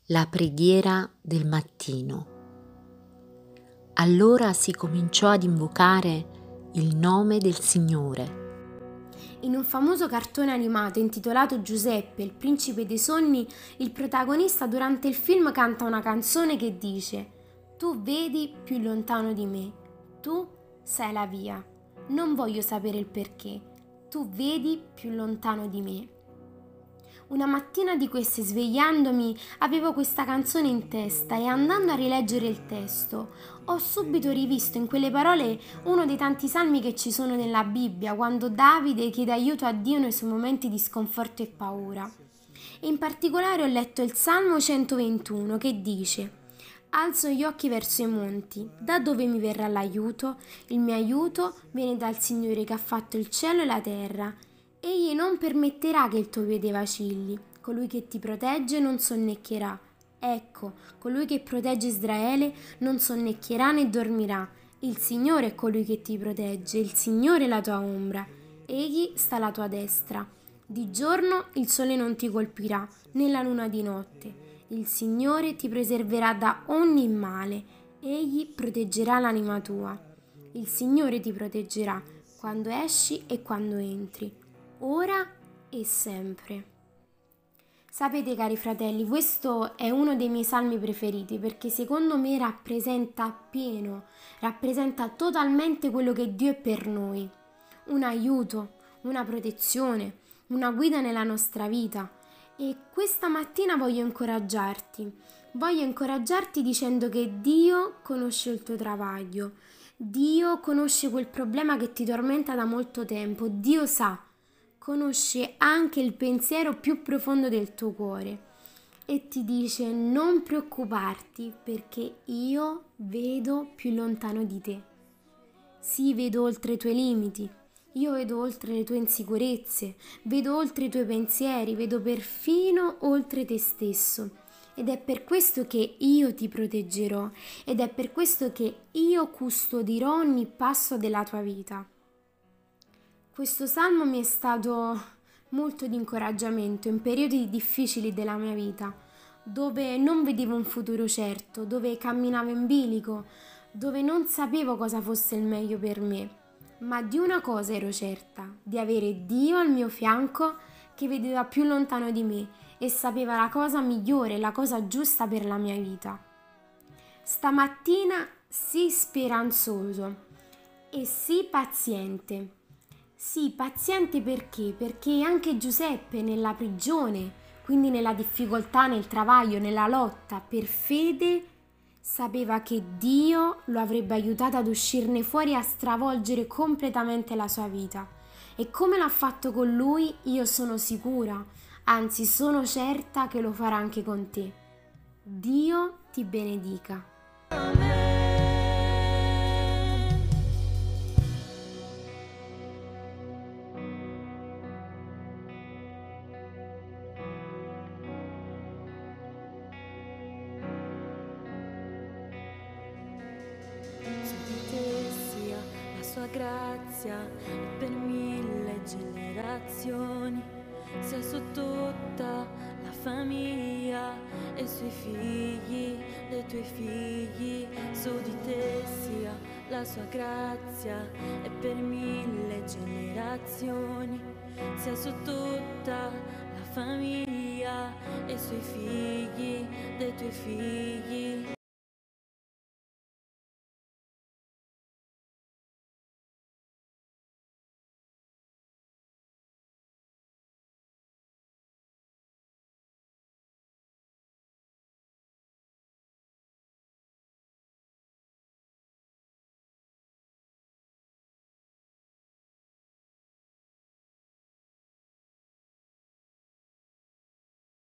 La preghiera del mattino. Allora si cominciò ad invocare il nome del Signore. In un famoso cartone animato intitolato Giuseppe, il principe dei sogni, il protagonista durante il film canta una canzone che dice: Tu vedi più lontano di me, tu sai la via, non voglio sapere il perché, tu vedi più lontano di me. Una mattina di queste, svegliandomi, avevo questa canzone in testa e andando a rileggere il testo, ho subito rivisto in quelle parole uno dei tanti salmi che ci sono nella Bibbia, quando Davide chiede aiuto a Dio nei suoi momenti di sconforto e paura. E in particolare ho letto il Salmo 121 che dice: Alzo gli occhi verso i monti, da dove mi verrà l'aiuto? Il mio aiuto viene dal Signore che ha fatto il cielo e la terra. Egli non permetterà che il tuo piede vacilli, colui che ti protegge non sonnecchierà. Ecco, colui che protegge Israele non sonnecchierà né dormirà. Il Signore è colui che ti protegge, il Signore è la tua ombra. Egli sta alla tua destra. Di giorno il sole non ti colpirà, né la luna di notte. Il Signore ti preserverà da ogni male. Egli proteggerà l'anima tua. Il Signore ti proteggerà quando esci e quando entri, ora e sempre. Sapete, cari fratelli, questo è uno dei miei salmi preferiti perché secondo me rappresenta appieno, rappresenta totalmente quello che Dio è per noi. Un aiuto, una protezione, una guida nella nostra vita. E questa mattina voglio incoraggiarti dicendo che Dio conosce il tuo travaglio, Dio conosce quel problema che ti tormenta da molto tempo, Dio sa, conosce anche il pensiero più profondo del tuo cuore e ti dice: non preoccuparti perché io vedo più lontano di te. Sì, vedo oltre i tuoi limiti, io vedo oltre le tue insicurezze, vedo oltre i tuoi pensieri, vedo perfino oltre te stesso. Ed è per questo che io ti proteggerò ed è per questo che io custodirò ogni passo della tua vita. Questo salmo mi è stato molto di incoraggiamento in periodi difficili della mia vita, dove non vedevo un futuro certo, dove camminavo in bilico, dove non sapevo cosa fosse il meglio per me. Ma di una cosa ero certa, di avere Dio al mio fianco che vedeva più lontano di me e sapeva la cosa migliore, la cosa giusta per la mia vita. Stamattina sii speranzoso e sii paziente. Sì, paziente perché? Perché anche Giuseppe nella prigione, quindi nella difficoltà, nel travaglio, nella lotta per fede, sapeva che Dio lo avrebbe aiutato ad uscirne fuori e a stravolgere completamente la sua vita. E come l'ha fatto con lui, io sono sicura, anzi sono certa che lo farà anche con te. Dio ti benedica. Sua grazia è per 1000 generazioni, sia su tutta la famiglia e sui figli dei tuoi figli. Su di te sia la sua grazia è per 1000 generazioni, sia su tutta la famiglia e sui figli dei tuoi figli.